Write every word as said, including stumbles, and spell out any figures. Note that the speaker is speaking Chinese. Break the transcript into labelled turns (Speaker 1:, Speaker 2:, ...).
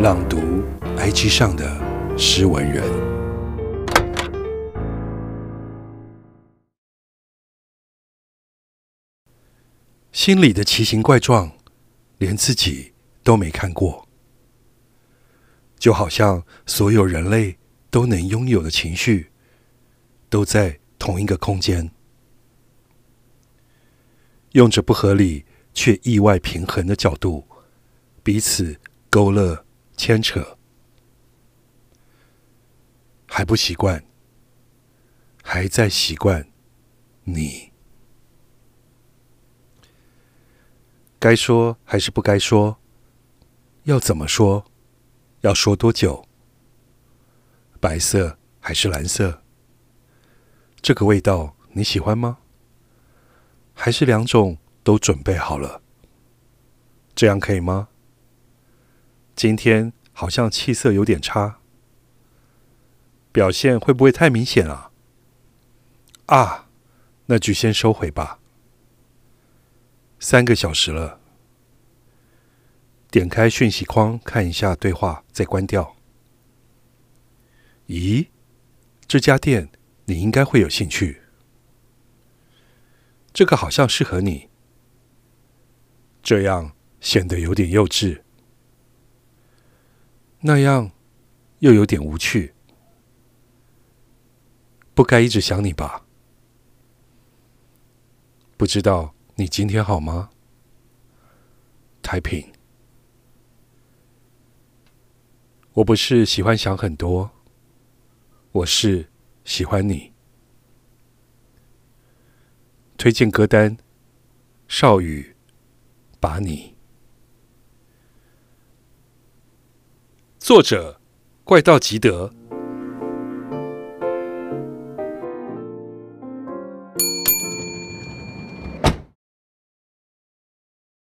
Speaker 1: 朗读 I G 上的诗文人。心里的奇形怪状，连自己都没看过，就好像所有人类都能拥有的情绪，都在同一个空间，用着不合理却意外平衡的角度，彼此勾勒牵扯。还不习惯，还在习惯你。该说还是不该说？要怎么说？要说多久？白色还是蓝色？这个味道你喜欢吗？还是两种都准备好了？这样可以吗？今天好像气色有点差，表现会不会太明显啊？啊，那句先收回吧。三个小时了，点开讯息框看一下对话，再关掉。咦，这家店你应该会有兴趣，这个好像适合你，这样显得有点幼稚，那样又有点无趣，不该一直想你吧？不知道你今天好吗？太平。我不是喜欢想很多，我是喜欢你。推荐歌单：少宇，把你。作者：怪盗吉德，